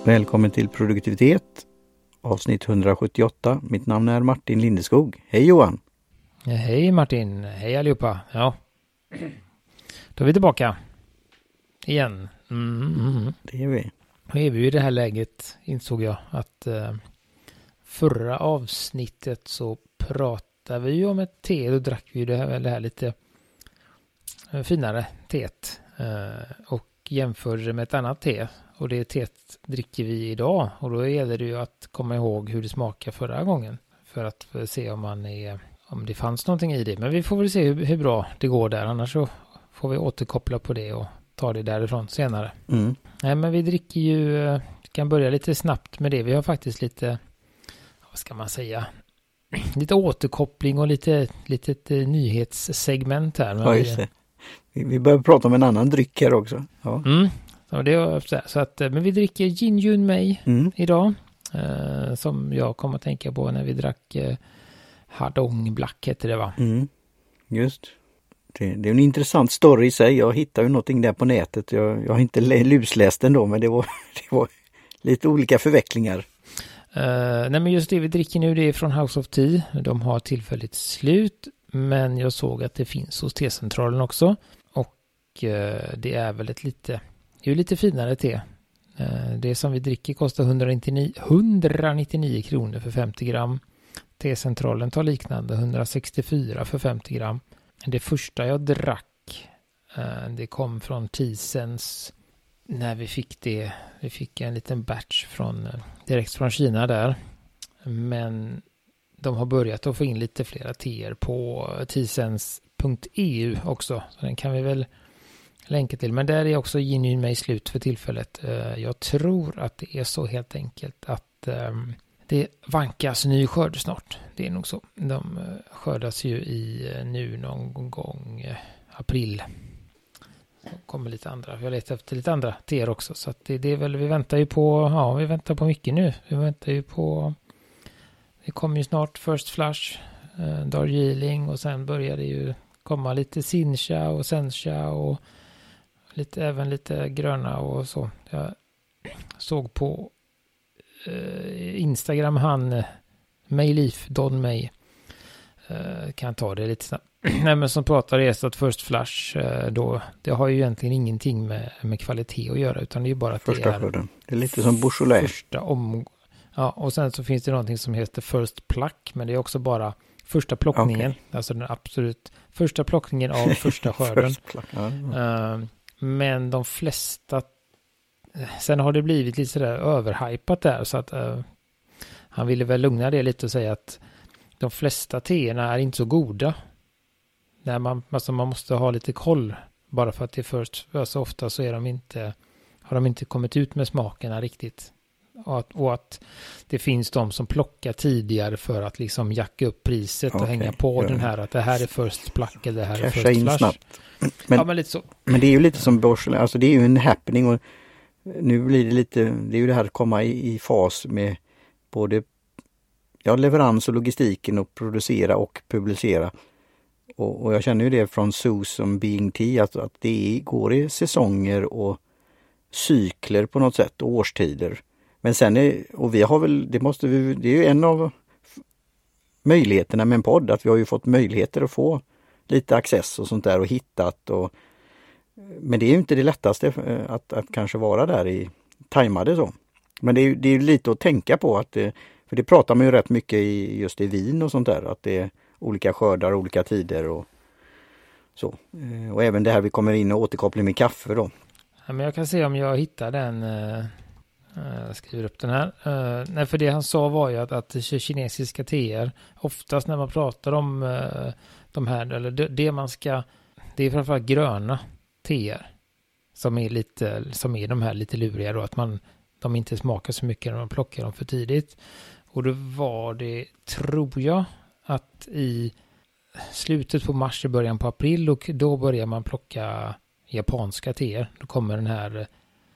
Välkommen till produktivitet, avsnitt 178. Mitt namn är Martin Lindeskog. Hej Johan! Hej Martin, hej allihopa. Ja, då är vi tillbaka igen. Det är vi. Då är vi ju i det här läget, insåg jag, att förra avsnittet så pratade vi ju om ett te. Då drack vi ju det här lite finare teet och jämförde med ett annat te. Och det teet dricker vi idag, och då gäller det ju att komma ihåg hur det smakar förra gången för att se om det fanns någonting i det. Men vi får väl se hur bra det går där, annars så får vi återkoppla på det och ta det därifrån senare. Nej, men vi dricker ju, kan börja lite snabbt med det. Vi har faktiskt lite, vad ska man säga, lite återkoppling och litet nyhetssegment här. Ja, just det. Vi börjar prata om en annan dryck här också. Ja. Så det är så att, men vi dricker Gin Yun Mei idag. Som jag kommer att tänka på när vi drack Hadong Black heter det, va? Just. Det är en intressant story i sig. Jag hittade ju någonting där på nätet. Jag har inte lusläst den då, men det var lite olika förvecklingar. Nej, men just det vi dricker nu, det är från House of Tea. De har tillfälligt slut, men jag såg att det finns hos T-centralen också. Och det är väl lite finare te. Det som vi dricker kostar 199 kronor för 50 gram. T-centralen tar liknande 164 för 50 gram. Det första jag drack, det kom från Tisens när vi fick det. Vi fick en liten batch direkt från Kina där. Men de har börjat att få in lite flera teer på tisens.eu också. Så den kan vi väl länka till. Men där är också Gin Yun Mei slut för tillfället. Jag tror att det är så helt enkelt att det vankas ny skörd snart. Det är nog så. De skördas ju nu någon gång april. Så kommer lite andra. Vi har letat efter lite andra teer också. Så att det är väl, vi väntar på mycket nu. Vi väntar ju på, det kommer ju snart First Flush, Darjeeling, och sen börjar det ju komma lite Sincha och Sencha och även lite gröna och så. Jag såg på Instagram Mayleaf, Don May, kan ta det lite snabbt. Nej, men som pratar är så att First Flush då, det har ju egentligen ingenting med kvalitet att göra, utan det är ju bara att första skörden. Det är lite som Beaujolais. Ja, och sen så finns det någonting som heter First Pluck, men det är också bara första plockningen. Okay. Alltså den absolut första plockningen av första skörden. Men de flesta, sen har det blivit lite sådär överhypat där, så att han ville väl lugna det lite och säga att de flesta teerna är inte så goda. När man måste ha lite koll, bara för att det först så ofta så har de inte kommit ut med smakerna riktigt. Och att det finns de som plockar tidigare för att liksom jacka upp priset och hänga på den här, att det här är First Pluck, det här är First Flush. Snabbt. Men lite så. Men det är ju lite som Beaujolais, alltså det är ju en happening, och nu blir det lite, det är ju det här att komma i fas med både leverans och logistiken, och producera och publicera. Och jag känner ju det från SOS som Being Tea, att det går i säsonger och cykler på något sätt, och årstider. Men sen vi har väl, det är ju en av möjligheterna med en podd, att vi har ju fått möjligheter att få lite access och sånt där och hittat. Men det är ju inte det lättaste att kanske vara där i tajmade så. Men det är ju lite att tänka på, för det pratar man ju rätt mycket just i vin och sånt där, att det är olika skördar, olika tider och så. Och även det här vi kommer in och återkoppling med kaffe då. Ja, men jag kan se om jag hittar den. Jag skriver upp den här. Nej, för det han sa var ju att kinesiska teer, oftast när man pratar om de här, eller det är framförallt gröna teer som är de här lite luriga då, att de inte smakar så mycket när man plockar dem för tidigt. Och då var det, tror jag, att i slutet på mars, i början på april, och då börjar man plocka japanska teer. Då kommer den här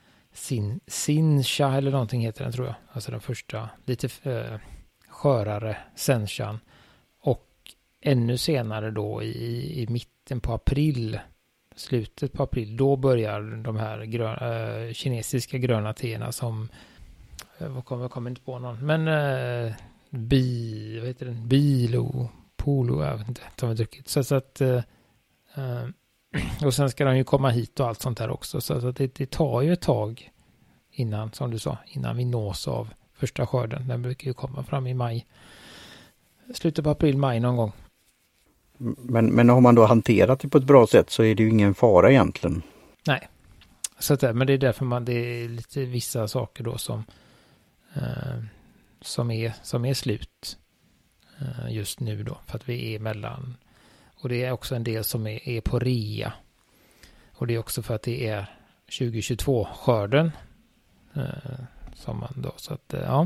Sincha eller någonting heter den, tror jag. Alltså den första lite skörare Senchan. Och ännu senare då i mitten på april, slutet på april, då börjar de här kinesiska gröna teerna som Jag kommer inte på någon. Men vad heter den? Bilo, Polo, jag vet inte. De har druckit. Så att och sen ska de ju komma hit och allt sånt här också. Så att det tar ju ett tag innan, som du sa, innan vi nås av första skörden. Den brukar ju komma fram i maj. Slutet på april, maj någon gång. Men har man då hanterat det på ett bra sätt så är det ju ingen fara egentligen. Nej. Så att, men det är därför det är lite vissa saker då som är slut just nu då. För att vi är mellan. Och det är också en del som är på rea. Och det är också för att det är 2022-skörden. Som man då, så att ja.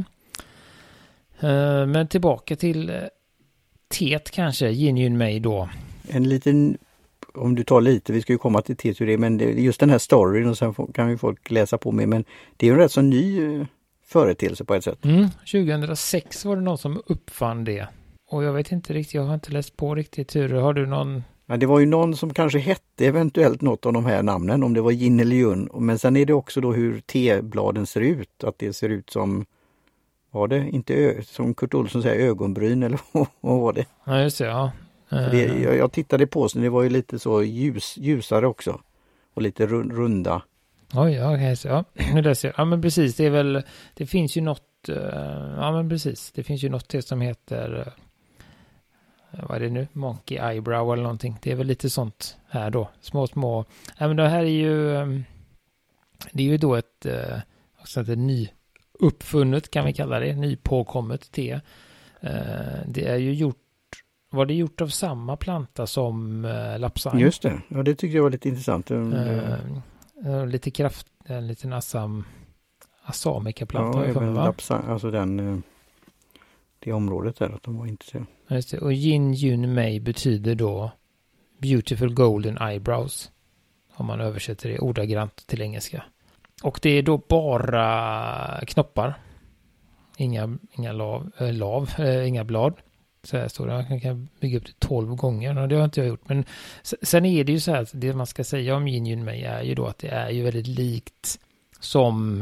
Men tillbaka till teet kanske, Genuine May då. En liten, om du tar lite, vi ska ju komma till teet, men just den här storyn och sen kan ju folk läsa på med, men det är ju en rätt så ny företeelse på ett sätt. 2006 var det någon som uppfann det. Och jag vet inte riktigt, jag har inte läst på riktigt hur, har du någon? Ja, det var ju någon som kanske hette eventuellt något av de här namnen, om det var gin eller jun. Men sen är det också då hur tebladen ser ut, att det ser ut som, var det inte som Kurt Olsson säger, ögonbryn eller vad var det? Ja, just det, ja. Jag tittade på så det var ju lite så ljusare också och lite runda. Oj, ja, okej, så ja. Nu läser jag. Ja, men precis, det är väl, det finns ju något, ja men precis, det finns ju något till som heter, vad är det nu? Monkey Eyebrow eller någonting. Det är väl lite sånt här då. Små. Ja, men det här är ju, det är ju då ett nyuppfunnet kan vi kalla det, nypåkommet te. Det är ju var det gjort av samma planta som lapsang? Just det, ja det tyckte jag var lite intressant. Lite kraft, en liten Assamica-planta. Ja, även lapsang, alltså det området där, att de var inte så. Just det. Och Jin May betyder då Beautiful Golden Eyebrows. Om man översätter det ordagrant till engelska. Och det är då bara knoppar. Inga blad. Så här står det. Man kan bygga upp till 12 gånger. Och det har inte jag gjort. Men sen är det ju så här att det man ska säga om Jin May är ju då att det är ju väldigt likt som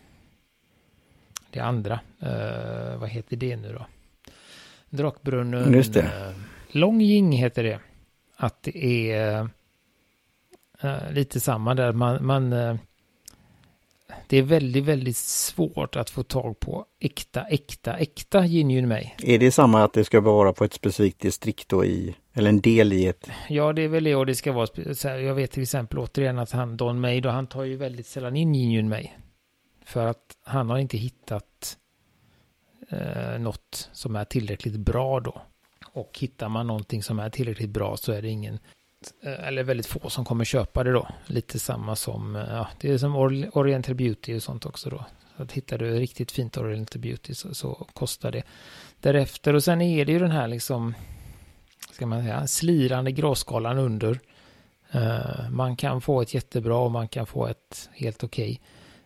det andra. Vad heter det nu då? Drakbrunnen. Just det. Longjing heter det. Att det är lite samma där. Det är väldigt, väldigt svårt att få tag på äkta Genuine May. Är det samma att det ska vara på ett specifikt distrikt då eller en del i ett? Ja, det är väl det, och det ska vara jag vet till exempel återigen att Don May då, han tar ju väldigt sällan in Genuine May. För att han har inte hittat något som är tillräckligt bra då. Och hittar man någonting som är tillräckligt bra så är det ingen, eller väldigt få som kommer köpa det då. Lite samma som, det är som Oriental Beauty och sånt också då. Så att hittar du riktigt fint Oriental Beauty så kostar det därefter. Och sen är det ju den här liksom, ska man säga, slirande gråskalan under. Man kan få ett jättebra och man kan få ett helt okej.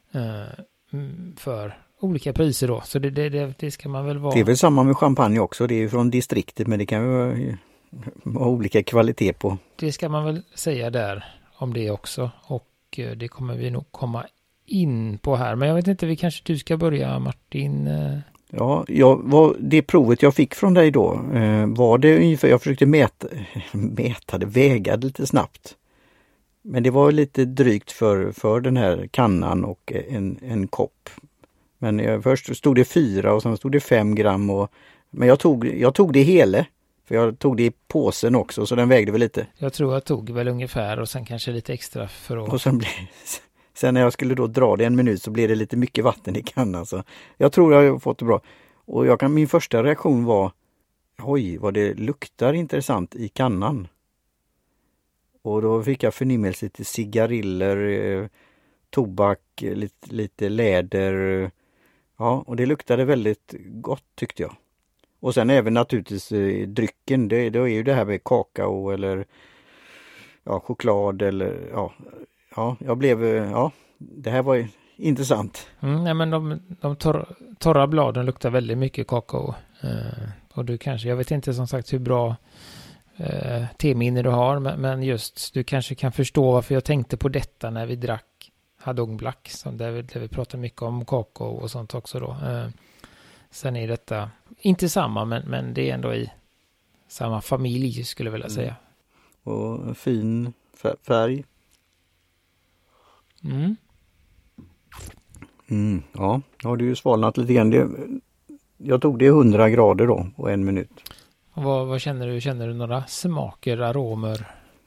För olika priser då. Så det ska man väl vara. Det är väl samma med champagne också. Det är ju från distriktet, men det kan ju vara olika kvalitet på. Det ska man väl säga där om det också. Och det kommer vi nog komma in på här. Men jag vet inte, du ska börja, Martin. Ja, det provet jag fick från dig då var det ungefär, jag försökte väga lite snabbt. Men det var lite drygt för den här kannan och en kopp. Men först stod det 4 och sen stod det 5 gram. Men jag tog det hela. För jag tog det i påsen också, så den vägde väl lite. Jag tror jag tog väl ungefär och sen kanske lite extra för att... Och sen när jag skulle då dra det 1 minut så blev det lite mycket vatten i kannan. Så jag tror jag har fått det bra. Och min första reaktion var, oj vad det luktar intressant i kannan. Och då fick jag förnimmelse till cigariller, tobak, lite läder. Ja, och det luktade väldigt gott tyckte jag. Och sen även naturligtvis drycken, det är ju det här med kakao eller choklad eller det här var intressant. Nej, men de torra bladen luktar väldigt mycket kakao. Och du kanske, jag vet inte som sagt hur bra teminne du har, men just du kanske kan förstå varför jag tänkte på detta när vi drack Hadong Black, som där vi pratar mycket om kakao och sånt också då. Sen är detta inte samma, men det är ändå i samma familj skulle jag vilja säga. Och en fin färg. Ja, har du ju svalnat lite grann. Jag tog det 100 grader då och 1 minut. Och vad känner du? Känner du några smaker, aromer?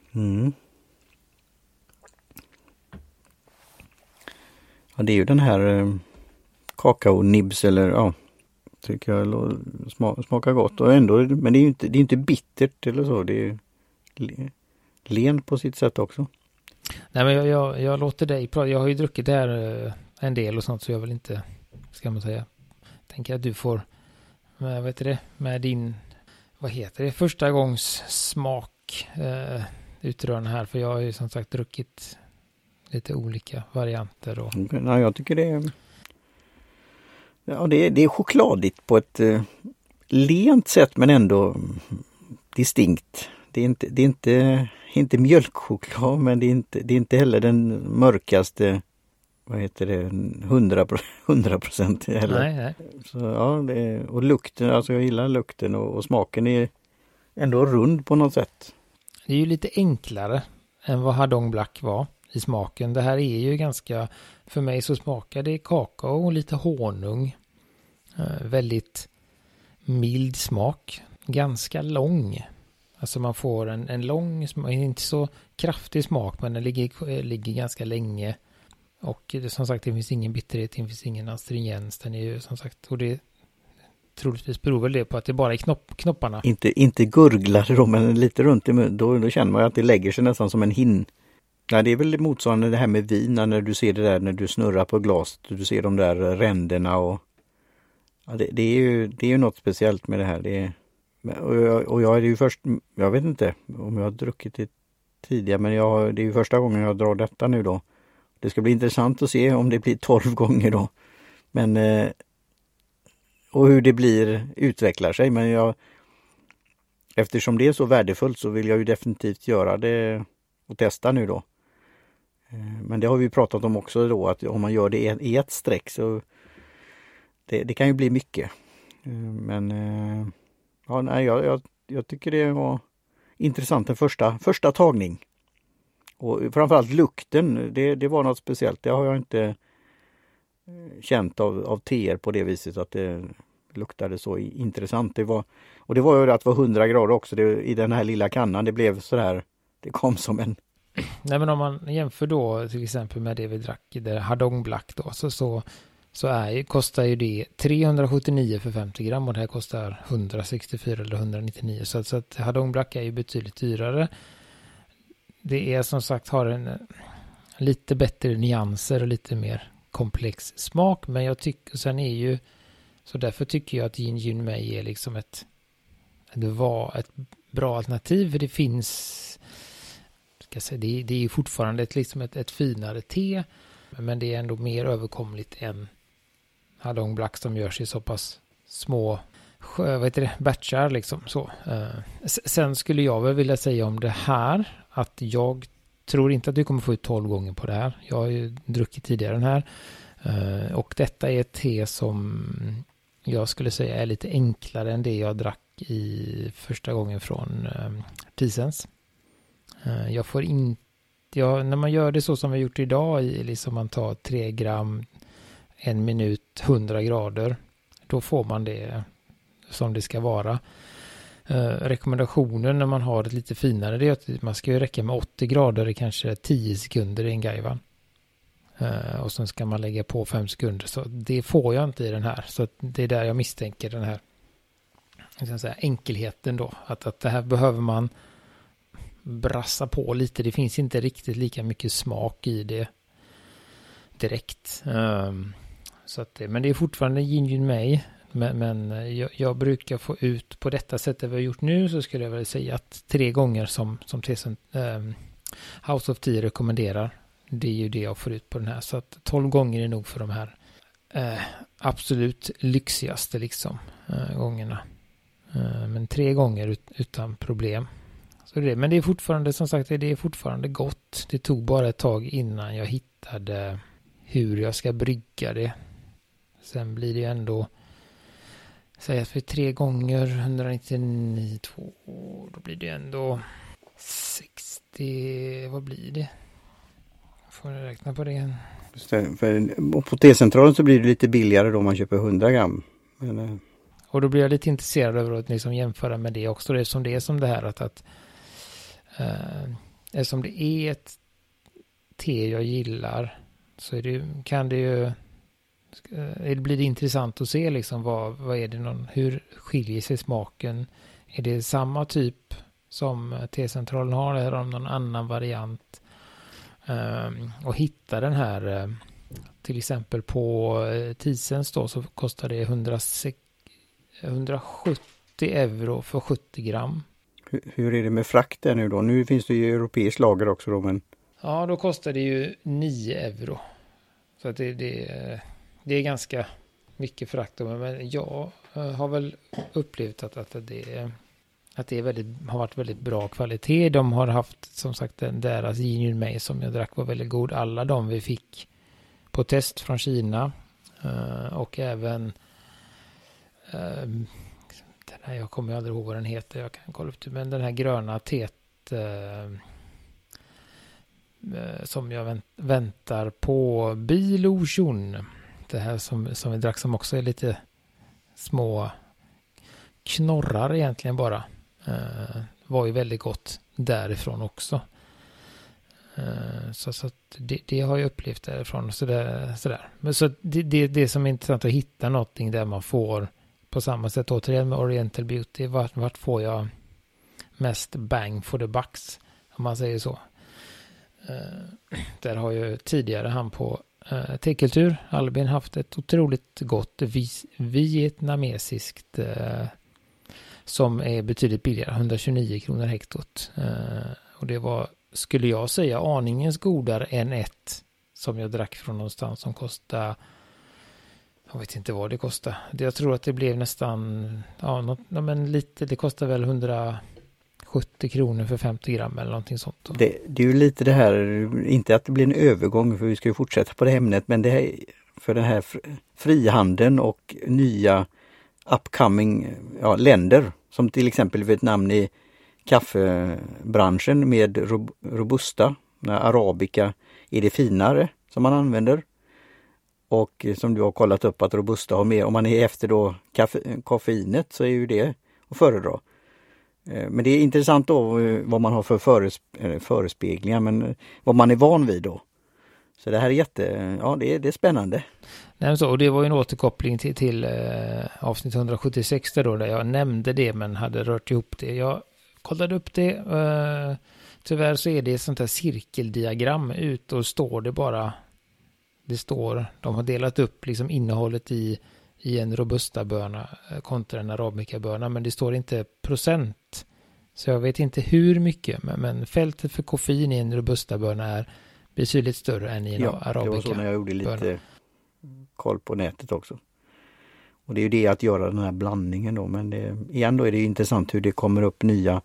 Ja, det är ju den här kakao-nibs eller ja, tycker jag smakar gott. Och ändå, men det är inte bittert eller så. Det är lent på sitt sätt också. Nej, men jag låter dig prata. Jag har ju druckit det här en del och sånt, så jag vill inte, ska man säga, tänker att du får med din, vad heter det, första gångs smak utrörande här, för jag har ju som sagt druckit lite olika varianter. Och... Ja, jag tycker det är chokladigt på ett lent sätt, men ändå distinkt. Det är inte mjölkchoklad, men det är inte heller den mörkaste, vad heter det, 100% heller. Nej. Så, ja, och lukten, alltså jag gillar lukten och smaken är ändå rund på något sätt. Det är ju lite enklare än vad Hadong Black var i smaken. Det här är ju ganska, för mig så smakar det kakao och lite honung. Väldigt mild smak. Ganska lång. Alltså man får en lång smak, inte så kraftig smak, men den ligger ganska länge. Och som sagt, det finns ingen bitterhet, det finns ingen astringens. Den är ju som sagt, och det troligtvis beror väl det på att det bara är knopparna. Inte gurglar då, men lite runt i munnen, då känner man ju att det lägger sig nästan som en hin. Nej, det är väl motsvarande det här med vin, när du ser det där när du snurrar på glaset, du ser de där ränderna och ja, det är ju något speciellt med det här. Och jag är ju först, jag vet inte om jag har druckit det tidigare, men det är ju första gången jag drar detta nu då. Det ska bli intressant att se om det blir 12 gånger då. Men och hur det utvecklar sig, men eftersom det är så värdefullt så vill jag ju definitivt göra det och testa nu då. Men det har vi pratat om också då, att om man gör det i ett streck så det kan ju bli mycket. Men ja, nej, jag tycker det var intressant en första tagning. Och framförallt lukten, det var något speciellt. Det har jag inte känt av teer på det viset, att det luktade så intressant. Det var ju att det var 100 grader också i den här lilla kannan. Det blev så här, det kom som en... Nej, men om man jämför då till exempel med det vi drack i det Hadong Black då, kostar ju det 379 för 50 gram och det här kostar 164 eller 199. Så att Hadong Black är ju betydligt dyrare. Det är som sagt, har en lite bättre nyanser och lite mer komplex smak, men jag tycker, sen är ju, så därför tycker jag att Yin Jun Mei är liksom ett bra alternativ, för det finns, det är ju fortfarande ett finare te, men det är ändå mer överkomligt än Hadong Black som görs i så pass små batchar liksom så. Sen skulle jag väl vilja säga om det här att jag tror inte att du kommer få ut 12 gånger på det här. Jag har ju druckit tidigare den här. Och detta är ett te som jag skulle säga är lite enklare än det jag drack i första gången från Tisens. Jag får inte, när man gör det så som vi gjort idag, liksom man tar 3 gram, 1 minut, 100 grader, då får man det som det ska vara. Rekommendationen när man har ett lite finare, det är att man ska ju räcka med 80 grader i kanske 10 sekunder i en gaiwan. Och sen ska man lägga på 5 sekunder. Så det får jag inte i den här. Så det är där jag misstänker den här, jag ska säga, enkelheten då. Att det här behöver man brassa på lite. Det finns inte riktigt lika mycket smak i det direkt. Så att men det är fortfarande Yin Jun Mei. Men jag brukar få ut på detta sättet vi har gjort nu, så skulle jag väl säga att 3 gånger som tesen House of Tea rekommenderar. Det är ju det jag får ut på den här. Så att 12 gånger är nog för de här absolut lyxigaste liksom gångerna. Men 3 gånger utan problem. Så det, men det är fortfarande, som sagt, det är fortfarande gott. Det tog bara ett tag innan jag hittade hur jag ska brygga det. Sen blir det ju ändå, säg att för 3 gånger 199, 2, då blir det ändå 60, vad blir det? Får jag räkna på det? På T-centralen så blir det lite billigare då om man köper 100 gram. Men, och då blir jag lite intresserad över att liksom jämföra med det också. Eftersom det är som det här eftersom det är ett te jag gillar, så är det blir det intressant att se liksom vad är det hur skiljer sig smaken? Är det samma typ som T-centralen har eller om någon annan variant? Och hitta den här till exempel på Tisens då, så kostar det 170 euro för 70 gram. Hur är det med frakt där nu då? Nu finns det ju europeisk lager också då, men... Ja, då kostar det ju 9 euro. Så att det är ganska mycket frakt. Men jag har väl upplevt att det har varit väldigt bra kvalitet. De har haft, som sagt, deras Gin Mei som jag drack var väldigt god. Alla de vi fick på test från Kina. Och även den här, jag kommer aldrig ihåg vad den heter. Jag kan kolla upp det. Men den här gröna teet som jag väntar på Bilotion. Det här som vi drack som också är lite små knorrar egentligen bara. Var ju väldigt gott därifrån också. Så att det har jag upplevt därifrån. Sådär. Men så det som är intressant att hitta någonting där man får på samma sätt återigen med Oriental Beauty. Vart får jag mest bang for the bucks, om man säger så. Där har ju tidigare han på Tekultur, Albin, haft ett otroligt gott vietnamesiskt som är betydligt billigare, 129 kronor hektot. Och det var, skulle jag säga, aningens godare än ett som jag drack från någonstans som kostade, jag vet inte vad det kostade. Jag tror att det blev nästan, men lite, det kostar väl 170 kronor för 50 gram eller någonting sånt. Det är ju lite det här, inte att det blir en övergång, för vi ska ju fortsätta på det ämnet, men det här, för den här frihandeln och nya upcoming länder, som till exempel Vietnam i kaffebranschen med robusta, arabica är det finare som man använder. Och som du har kollat upp att robusta har mer, om man är efter då koffeinet, så är ju det att föredra. Men det är intressant då vad man har för förespeglingar, men vad man är van vid då. Så det här är det är spännande. Nej, så, och det var ju en återkoppling till avsnitt 176 där jag nämnde det men hade rört ihop det. Jag kollade upp det. Tyvärr så är det ett sånt här cirkeldiagram ut och står det bara. Det står, de har delat upp liksom innehållet i en robusta böna kontra en arabica-böna, men det står inte procent. Så jag vet inte hur mycket, men fältet för koffein i en robusta böna är betydligt större än i en arabica-böna. Det var så när jag gjorde lite koll på nätet också. Och det är ju det att göra den här blandningen då, men igen då är det intressant hur det kommer upp nya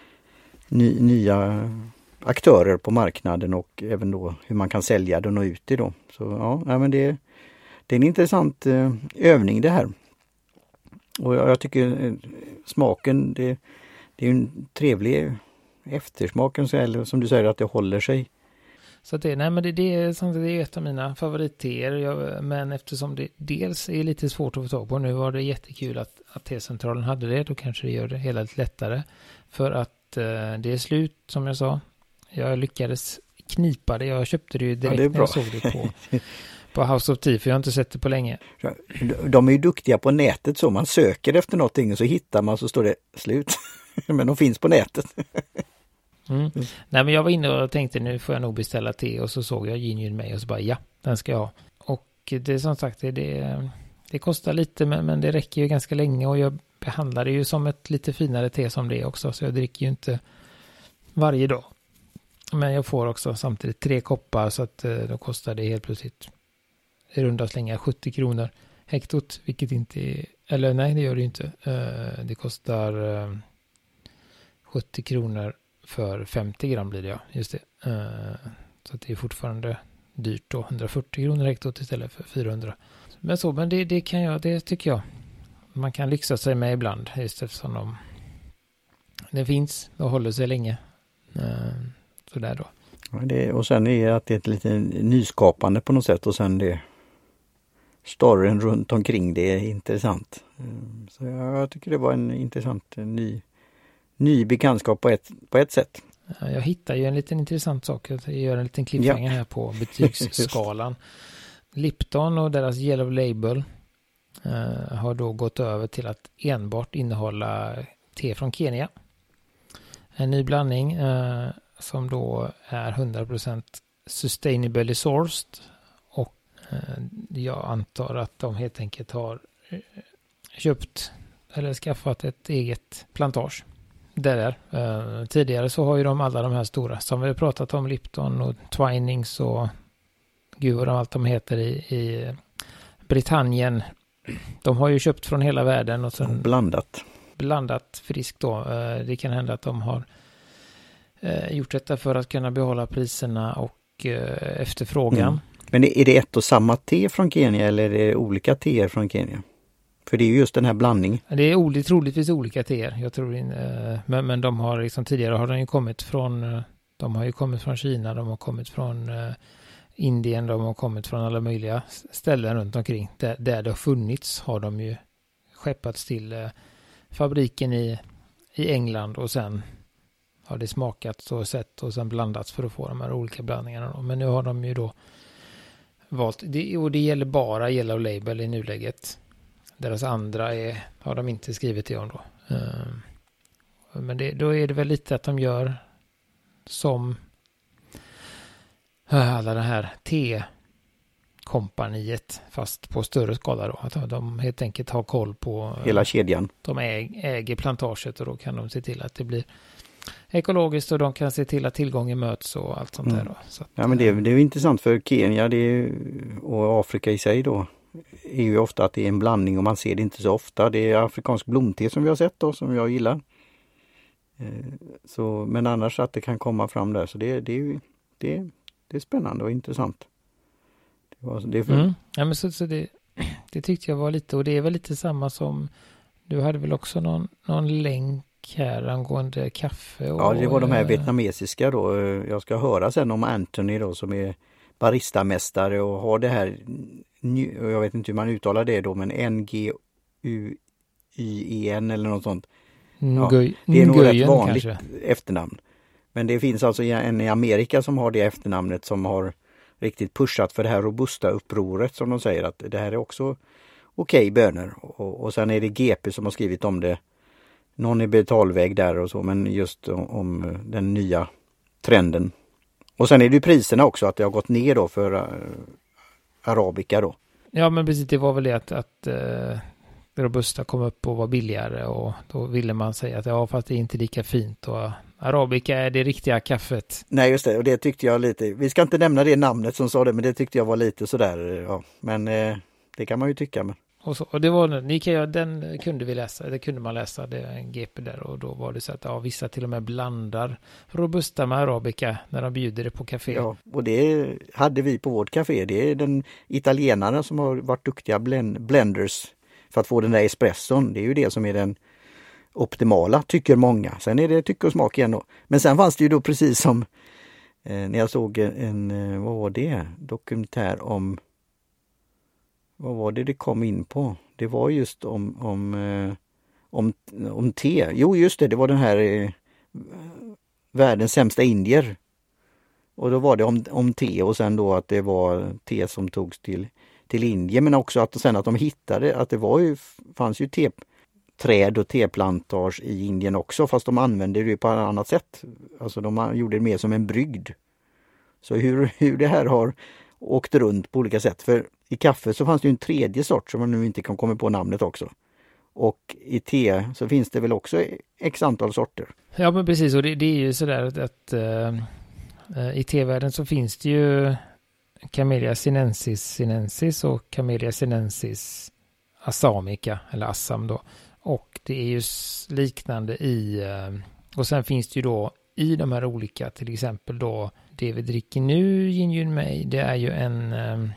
aktörer på marknaden och även då hur man kan sälja den och ut det då. Så men det är en intressant övning det här. Och jag tycker smaken, det är en trevlig eftersmaken, eller som du säger att det håller sig. Så det är ett av mina favoritteer, men eftersom det dels är lite svårt att få tag på, nu var det jättekul att T-centralen hade det, då kanske det gör det hela lite lättare. För att det är slut, som jag sa. Jag lyckades knipa det, jag köpte det ju direkt när jag såg det på House of Tea, för jag har inte sett det på länge. De är ju duktiga på nätet, så man söker efter någonting och så hittar man, så står det slut. Men de finns på nätet. Nej, men jag var inne och tänkte nu får jag nog beställa te, och så såg jag Gin Mei och så bara den ska jag ha. Och det som sagt, det kostar lite, men det räcker ju ganska länge, och jag behandlar det ju som ett lite finare te som det är också, så jag dricker ju inte varje dag. Men jag får också samtidigt 3 koppar, så att då kostar det helt plötsligt i runda slängar 70 kronor hektot, vilket inte är, eller nej, det gör det inte. Det kostar 70 kronor för 50 gram blir det, ja. Just det. Så att det är fortfarande dyrt då. 140 kronor hektot istället för 400. Men det tycker jag. Man kan lyxa sig med ibland. Just eftersom det finns och håller sig länge. Sådär då. Ja, och sen är att det är ett lite nyskapande på något sätt. Och sen det storyn runt omkring det är intressant. Så jag tycker det var en intressant ny bekantskap på ett sätt. Jag hittar ju en liten intressant sak. Jag gör en liten cliffhanger här på betygsskalan. Lipton och deras Yellow Label har då gått över till att enbart innehålla te från Kenya. En ny blandning som då är 100% sustainably sourced. Och jag antar att de helt enkelt har köpt eller skaffat ett eget plantage. Tidigare så har ju alla de här stora som vi har pratat om, Lipton och Twinings och gud vad allt de heter i Britannien. De har ju köpt från hela världen och sen blandat friskt då. Det kan hända att de har gjort detta för att kunna behålla priserna och efterfrågan. Men är det ett och samma te från Kenya eller är det olika teer från Kenya? För det är ju just den här blandningen. Det är troligtvis olika teer. Jag tror men de har liksom tidigare har de ju kommit från Kina, de har kommit från Indien, de har kommit från alla möjliga ställen runt omkring. Där det har funnits har de ju skeppats till fabriken i England och sen har det smakats och sett och sen blandats för att få de här olika blandningarna. Men nu har de ju då valt, och det gäller bara Yellow Label i nuläget. Deras andra har de inte skrivit det om då. Men då är det väl lite att de gör som alla det här te-kompaniet fast på större skala då. Att de helt enkelt har koll på hela kedjan. De äger plantaget och då kan de se till att det blir ekologiskt och de kan se till att tillgången möts och allt sånt där då. Så att, ja, men det är ju intressant för Kenya och Afrika i sig då. Är ju ofta att det är en blandning och man ser det inte så ofta. Det är afrikansk blomte som vi har sett då, som jag gillar. Men annars att det kan komma fram där. Så det är spännande och intressant. Ja, men så det tyckte jag var lite, och det är väl lite samma som du hade väl också någon länk här angående kaffe. Och, ja, det var de här vietnamesiska då. Jag ska höra sen om Anthony då som är baristamästare och har det här, jag vet inte hur man uttalar det då, men NGUYEN eller något sånt. Ja, det är nog rätt vanligt kanske. Efternamn. Men det finns alltså en i Amerika som har det efternamnet som har riktigt pushat för det här robusta upproret som de säger att det här är också okej bönor. Och sen är det GP som har skrivit om det. Någon är betalväg där och så, men just om den nya trenden. Och sen är det ju priserna också, att det har gått ner då för arabica då. Ja, men precis, det var väl det att robusta kom upp och var billigare och då ville man säga att ja, fast det är inte lika fint och arabica är det riktiga kaffet. Nej, just det, och det tyckte jag lite, vi ska inte nämna det namnet som sa det, men det tyckte jag var lite sådär, ja, men det kan man ju tycka med. Och det var den kunde vi läsa, det kunde man läsa, det är en GP där och då var det så att ja, vissa till och med blandar robusta med arabica när de bjuder det på café. Ja, och det hade vi på vårt café, det är den italienarna som har varit duktiga blenders för att få den där espresson, det är ju det som är den optimala, tycker många. Sen är det tycke och smak igen då. Men sen fanns det ju då precis som när jag såg vad var det? Dokumentär om vad var det kom in på? Det var just om te. Jo, just det var den här världens sämsta indier. Och då var det om te och sen då att det var te som togs till Indien, men också att sen att de hittade att det fanns ju träd och teplantage i Indien också, fast de använde det på ett annat sätt. Alltså de gjorde det mer som en brygd. Så hur det här har åkt runt på olika sätt. För i kaffe så fanns det ju en tredje sort som man nu inte kan komma på namnet också. Och i te så finns det väl också x antal sorter. Ja, men precis, och det är ju sådär att i tevärlden så finns det ju Camellia sinensis och Camellia sinensis assamica eller Assam då. Och det är ju liknande och sen finns det ju då i de här olika, till exempel då det vi dricker nu, Gin Yun Mei, det är ju en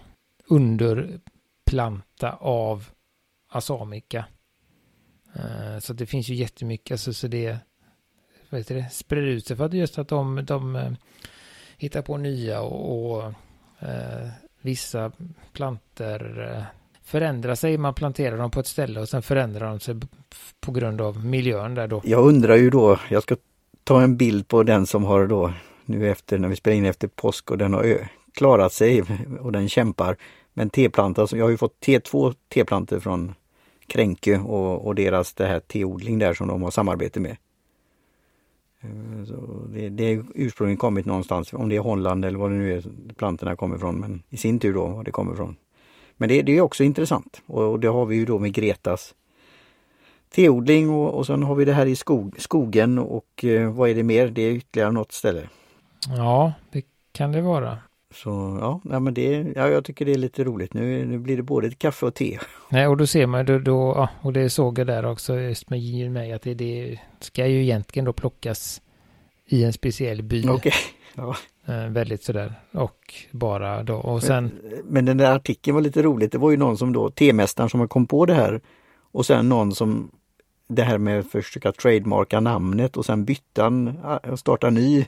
underplanta av Assamica. Så det finns ju jättemycket, alltså, så det, sprider ut sig för att just att de hittar på nya och vissa planter förändrar sig. Man planterar dem på ett ställe och sen förändrar de sig på grund av miljön där då. Jag undrar ju då, jag ska ta en bild på den som har då nu efter, när vi spelar in efter påsk, och den har klarat sig och den kämpar. Men teplanta, jag har ju fått två teplantor från Kränke och deras det här teodling där som de har samarbete med. Så det är ursprungligen kommit någonstans, om det är Holland eller vad det nu är plantorna kommer ifrån, men i sin tur då var det kommer ifrån. Men det är också intressant, och det har vi ju då med Gretas teodling, och sen har vi det här i skogen, och vad är det mer? Det är ytterligare något ställe. Ja, det kan det vara. Så ja, men jag tycker det är lite roligt. Nu blir det både kaffe och te. Nej, och då ser man då och det såg jag där också just med Gin Yun Mei, att det ska ju egentligen då plockas i en speciell by. Okej. Ja. Väldigt sådär, och bara då, och sen... Men den där artikeln var lite roligt. Det var ju någon som då, temästaren som har kom på det här, och sen någon som det här med att försöka trademarka namnet, och sen bytte han och startade ny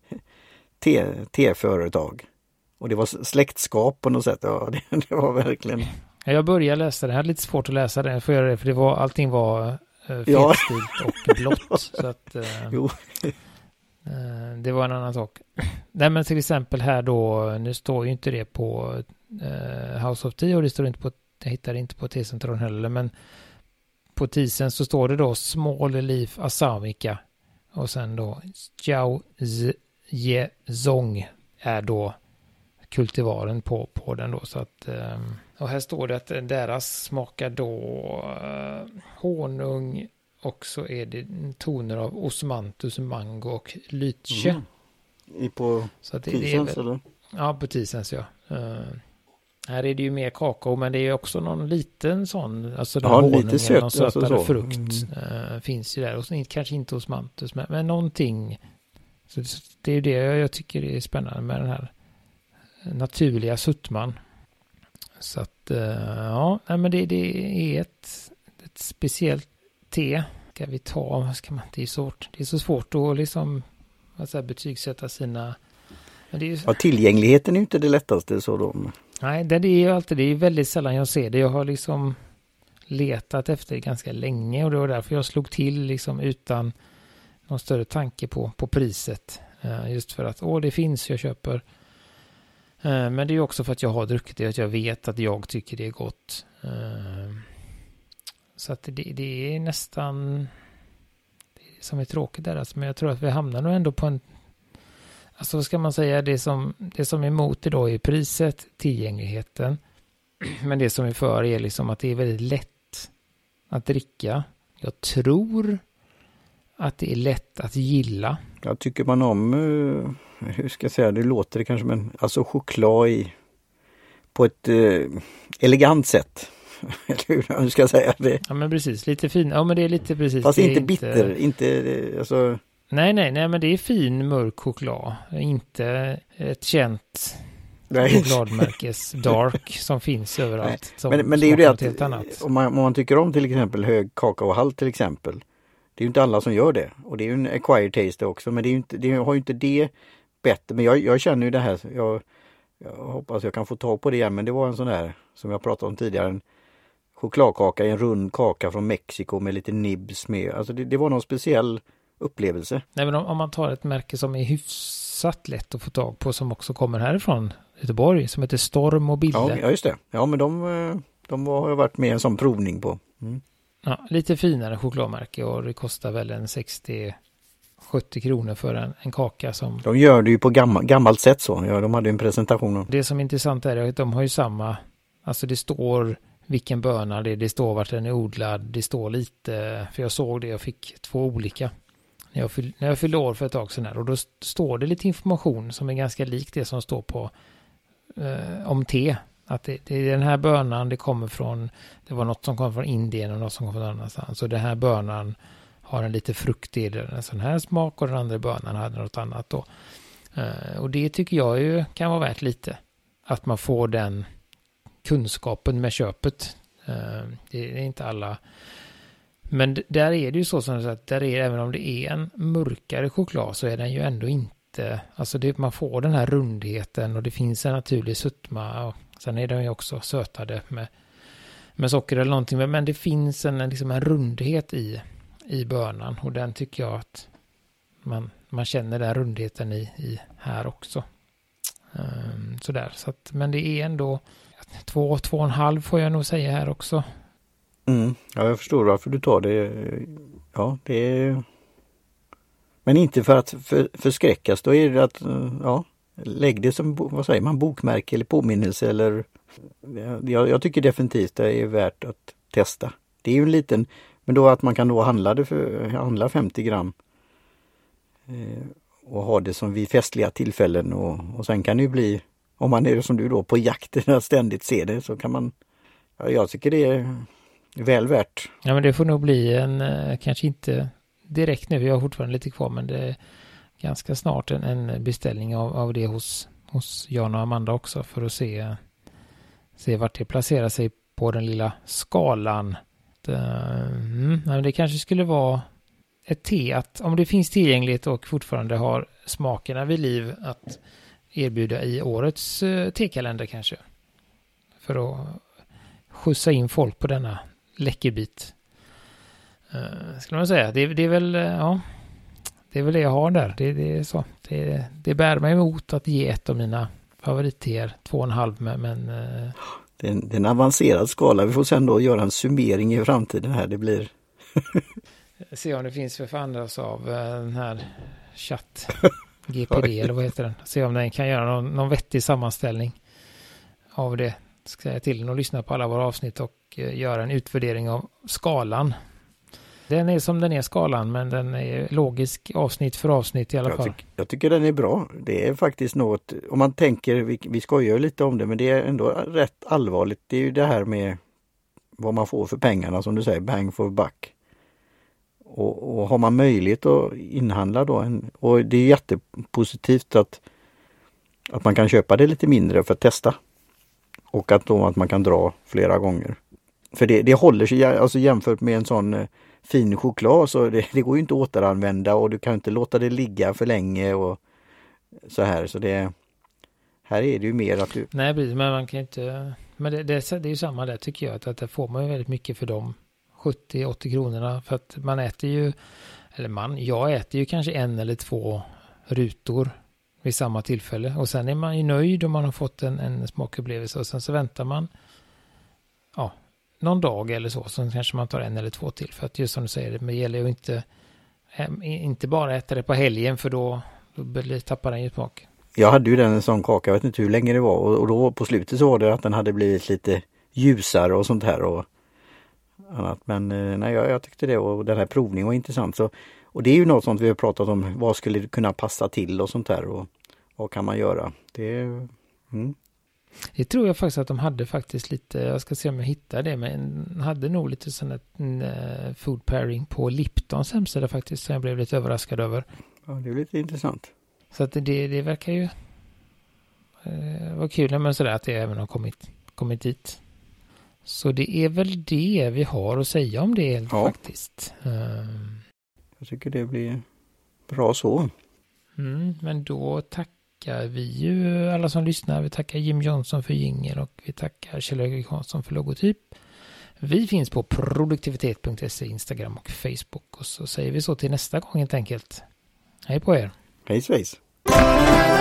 te-företag. Och det var släktskap på något sätt. Ja, det var verkligen... Jag började läsa det. Jag hade lite svårt att läsa det. Jag får göra det, för allting var fetstilt och blått. Så att... Jo. Det var en annan sak. Nej, men till exempel här då, nu står ju inte det på House of Tea, och det står inte på, jag hittar inte på Tecentralen heller, men på tisen så står det då Small Leaf Assamica, och sen då Jiao Ye Zong är då kultivaren på den då, så att och här står det att deras smakar då honung, och så är det toner av osmanthus, mango och lychee. På Tisens eller? Ja, på Tisens, ja. Här är det ju mer kakao, men det är också någon liten sån, alltså den honungen, lite sött, någon sötare alltså frukt finns ju där, och så kanske inte osmanthus, men någonting. Så det är ju det jag tycker är spännande med den här naturliga suttman. Så att ja, men det är ett speciellt te. Ska vi ta, det är så svårt att liksom betygsätta sina... Men det är ju... Ja, tillgängligheten är inte det lättaste så då. Nej, det är ju alltid, det är väldigt sällan jag ser det. Jag har liksom letat efter det ganska länge, och det var därför jag slog till liksom utan någon större tanke på priset. Just för att det finns, jag köper. Men det är ju också för att jag har druckit det, att jag vet att jag tycker det är gott. Så att det är nästan det som är tråkigt där. Alltså, men jag tror att vi hamnar nog ändå på en... Alltså vad ska man säga? Det som är emot det då är priset, tillgängligheten. Men det som är för är liksom att det är väldigt lätt att dricka. Jag tror att det är lätt att gilla. Jag tycker man om, hur ska jag säga, det låter det kanske, men alltså choklad på ett elegant sätt. Eller hur ska jag säga det? Ja, men precis, lite fin. Ja, men det är lite precis. Fast inte bitter, inte alltså... Nej, men det är fin mörk choklad. Inte ett känt chokladmärkes dark som finns överallt. Men det är ju det att om man tycker om till exempel hög kakaohalt till exempel. Det är ju inte alla som gör det. Och det är ju en acquired taste också. Men det har ju inte det bättre. Men jag känner ju det här. Jag hoppas jag kan få tag på det igen. Men det var en sån här som jag pratade om tidigare. En chokladkaka, en rund kaka från Mexiko med lite nibs med. Alltså det var någon speciell upplevelse. Nej, men om man tar ett märke som är hyfsat lätt att få tag på, som också kommer härifrån Göteborg, som heter Storm och Bille. Ja, just det. Ja, men de har jag varit med en sån provning på. Mm. Ja, lite finare chokladmärke, och det kostar väl en 60-70 kronor för en kaka som... De gör det ju på gammalt sätt så. Ja, de hade en presentation. Det som är intressant är att de har ju samma... Alltså det står vilken böna det står vart den är odlad. Det står lite... För jag såg det, jag fick 2 olika. När jag fyllde år för ett tag sedan här. Och då står det lite information som är ganska lik det som står på om te. Att det är den här bönan, det kommer från... Det var något som kom från Indien och något som kom från annanstans. Så den här bönan har en lite fruktig, en sån här smak, och den andra bönan hade något annat då. Och det tycker jag ju kan vara värt lite. Att man får den kunskapen med köpet. Det är inte alla. Men där är det ju så som att där är, även om det är en mörkare choklad, så är den ju ändå inte, alltså man får den här rundheten och det finns en naturlig sötma, och sen är den ju också sötade med socker eller någonting, men det finns liksom en rundhet i bönan, och den tycker jag att man känner den rundheten i här också. Sådär, så att, men det är ändå 2,5 får jag nog säga här också. Ja, jag förstår varför du tar det. Ja, det är... Men inte för att förskräckas, då är det att lägg det som, vad säger man, bokmärke eller påminnelse, eller jag tycker definitivt det är värt att testa. Det är ju en liten, men då att man kan då handla 50 gram och ha det som vid festliga tillfällen, och sen kan det ju bli, om man är som du då på jakten att ständigt se det, så kan man, jag tycker det är väl värt. Ja, men det får nog bli kanske inte direkt nu, vi har fortfarande lite kvar, men det är ganska snart en beställning av det hos Jan och Amanda också, för att se vart det placerar sig på den lilla skalan. Det kanske skulle vara ett te, att om det finns tillgänglighet och fortfarande har smakerna vid liv, att erbjuda i årets tekalender kanske, för att skjutsa in folk på denna läckerbit. Skulle man säga. Det är väl det är väl det jag har där. Det är så. Det bär mig emot att ge ett av mina favoritteer 2,5, men det är en avancerad skala. Vi får sen då göra en summering i framtiden här. Det blir se om det finns för andras av den här chatt GPD eller vad heter den. Se om den kan göra någon vettig sammanställning av det. Ska jag till och lyssna på alla våra avsnitt och göra en utvärdering av skalan. Den är som den är, skalan, men den är logisk avsnitt för avsnitt i alla fall. Jag tycker den är bra. Det är faktiskt något, om man tänker, vi skojar lite om det, men det är ändå rätt allvarligt. Det är ju det här med vad man får för pengarna, som du säger, bang for buck. Och har man möjlighet att inhandla då, och det är jättepositivt att man kan köpa det lite mindre för att testa. Och att man kan dra flera gånger. För det håller sig, alltså jämfört med en sån fin choklad, så det går ju inte att återanvända, och du kan inte låta det ligga för länge och så här. Så här är det ju mer att du... Nej, men man kan inte... Men det är ju samma där, tycker jag, att får man ju väldigt mycket för de 70-80 kronorna, för att man äter ju, jag äter ju kanske 1 eller 2 rutor vid samma tillfälle, och sen är man ju nöjd om man har fått en smakupplevelse, och sen så väntar man någon dag eller så kanske man tar 1 eller 2 till, för att just som du säger, det gäller ju inte bara äta det på helgen, för då tappar den ju smak. Jag hade ju en sån kaka, jag vet inte hur länge det var, och då på slutet så var det att den hade blivit lite ljusare och sånt här och annat, men nej, jag tyckte det, och den här provningen var intressant, så, och det är ju något sånt vi har pratat om, vad skulle kunna passa till och sånt där, och vad kan man göra? Det tror jag faktiskt att de hade faktiskt lite, jag ska se om jag hittar det, men hade nog lite sån här food pairing på Liptons hemsida faktiskt, som jag blev lite överraskad över. Ja, det är lite intressant. Så att det verkar ju vara kul, men sådär att det även har kommit dit. Så det är väl det vi har att säga om det faktiskt. Jag tycker det blir bra så. Men då tackar vi ju alla som lyssnar. Vi tackar Jim Johnson för jingle, och vi tackar Kjell-Erik Hansson för logotyp. Vi finns på produktivitet.se, Instagram och Facebook. Och så säger vi så till nästa gång helt enkelt. Hej på er. Hej svejs.